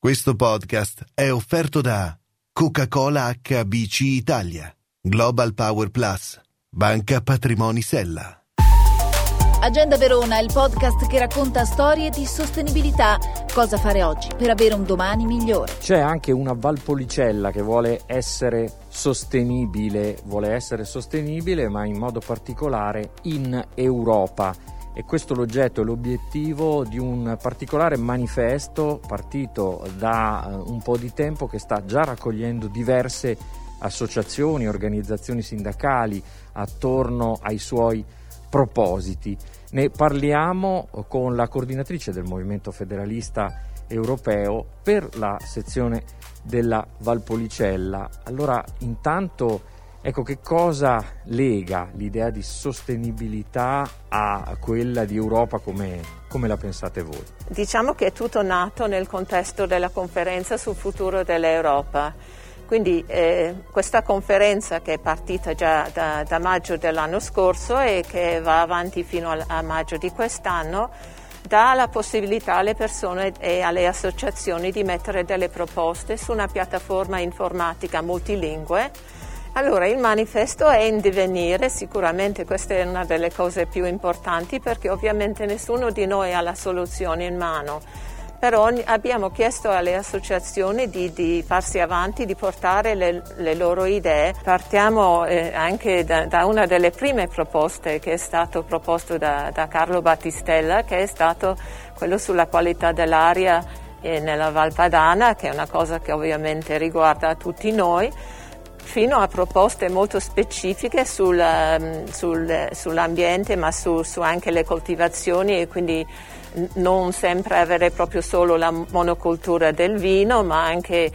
Questo podcast è offerto da Coca-Cola HBC Italia, Global Power Plus, Banca Patrimoni Sella. Agenda Verona, il podcast che racconta storie di sostenibilità. Cosa fare oggi per avere un domani migliore? C'è anche una Valpolicella che vuole essere sostenibile, ma in modo particolare in Europa. E questo è l'oggetto e l'obiettivo di un particolare manifesto partito da un po' di tempo, che sta già raccogliendo diverse associazioni, organizzazioni sindacali attorno ai suoi propositi. Ne parliamo con la coordinatrice del Movimento Federalista Europeo per la sezione della Valpolicella. Allora, intanto, ecco, che cosa lega l'idea di sostenibilità a quella di Europa come la pensate voi? Diciamo che è tutto nato nel contesto della conferenza sul futuro dell'Europa. Quindi questa conferenza, che è partita già da maggio dell'anno scorso e che va avanti fino a maggio di quest'anno, dà la possibilità alle persone e alle associazioni di mettere delle proposte su una piattaforma informatica multilingue. Allora, il manifesto è in divenire, sicuramente questa è una delle cose più importanti, perché ovviamente nessuno di noi ha la soluzione in mano. Però abbiamo chiesto alle associazioni di farsi avanti, di portare le loro idee. Partiamo anche da una delle prime proposte che è stato proposto da Carlo Battistella, che è stato quello sulla qualità dell'aria nella Val Padana, che è una cosa che ovviamente riguarda tutti noi, fino a proposte molto specifiche sull'ambiente, ma su anche le coltivazioni, e quindi non sempre avere proprio solo la monocultura del vino, ma anche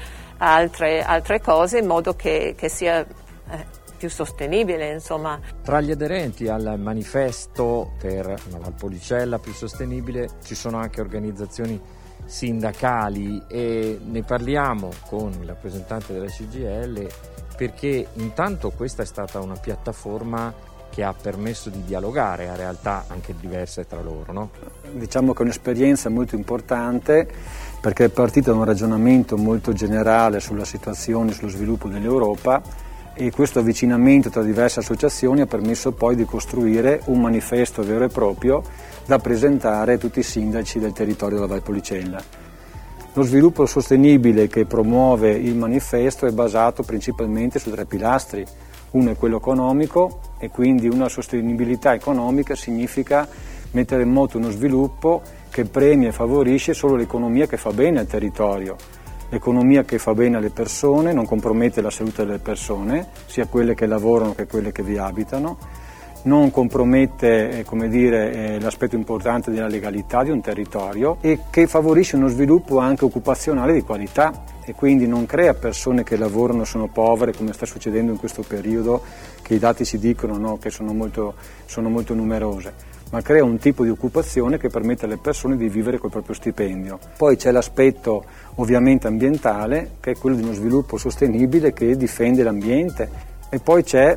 altre cose, in modo che sia più sostenibile, insomma. Tra gli aderenti al manifesto per una Valpolicella più sostenibile ci sono anche organizzazioni sindacali, e ne parliamo con il rappresentante della CGIL, perché intanto questa è stata una piattaforma che ha permesso di dialogare a realtà anche diverse tra loro, no? Diciamo che è un'esperienza molto importante, perché è partita da un ragionamento molto generale sulla situazione, sullo sviluppo dell'Europa, e questo avvicinamento tra diverse associazioni ha permesso poi di costruire un manifesto vero e proprio da presentare a tutti i sindaci del territorio della Valpolicella. Lo sviluppo sostenibile che promuove il manifesto è basato principalmente su tre pilastri. Uno è quello economico, e quindi una sostenibilità economica significa mettere in moto uno sviluppo che premia e favorisce solo l'economia che fa bene al territorio. L'economia che fa bene alle persone, non compromette la salute delle persone, sia quelle che lavorano che quelle che vi abitano, non compromette l'aspetto importante della legalità di un territorio, e che favorisce uno sviluppo anche occupazionale di qualità, e quindi non crea persone che lavorano e sono povere, come sta succedendo in questo periodo, che i dati ci dicono, no, che sono molto numerose, ma crea un tipo di occupazione che permette alle persone di vivere col proprio stipendio. Poi c'è l'aspetto ovviamente ambientale, che è quello di uno sviluppo sostenibile che difende l'ambiente. E poi c'è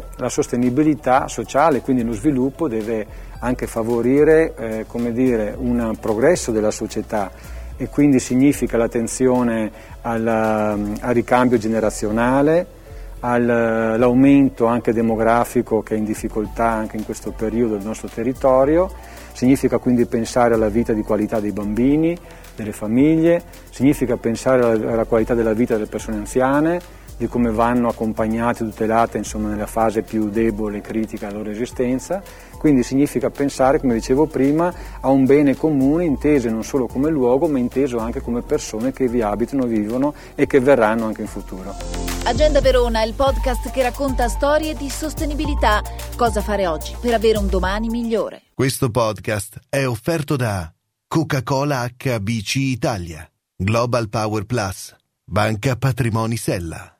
la sociale, quindi lo sviluppo deve anche favorire un progresso della società, e quindi significa l'attenzione al ricambio generazionale, all'aumento anche demografico che è in difficoltà anche in questo periodo del nostro territorio. Significa quindi pensare alla vita di qualità dei bambini, delle famiglie, significa pensare alla qualità della vita delle persone anziane, di come vanno accompagnate e tutelate, insomma, nella fase più debole e critica della loro esistenza. Quindi significa pensare, come dicevo prima, a un bene comune inteso non solo come luogo, ma inteso anche come persone che vi abitano, vivono e che verranno anche in futuro. Agenda Verona, il podcast che racconta storie di sostenibilità. Cosa fare oggi per avere un domani migliore? Questo podcast è offerto da Coca-Cola HBC Italia, Global Power Plus, Banca Patrimoni Sella.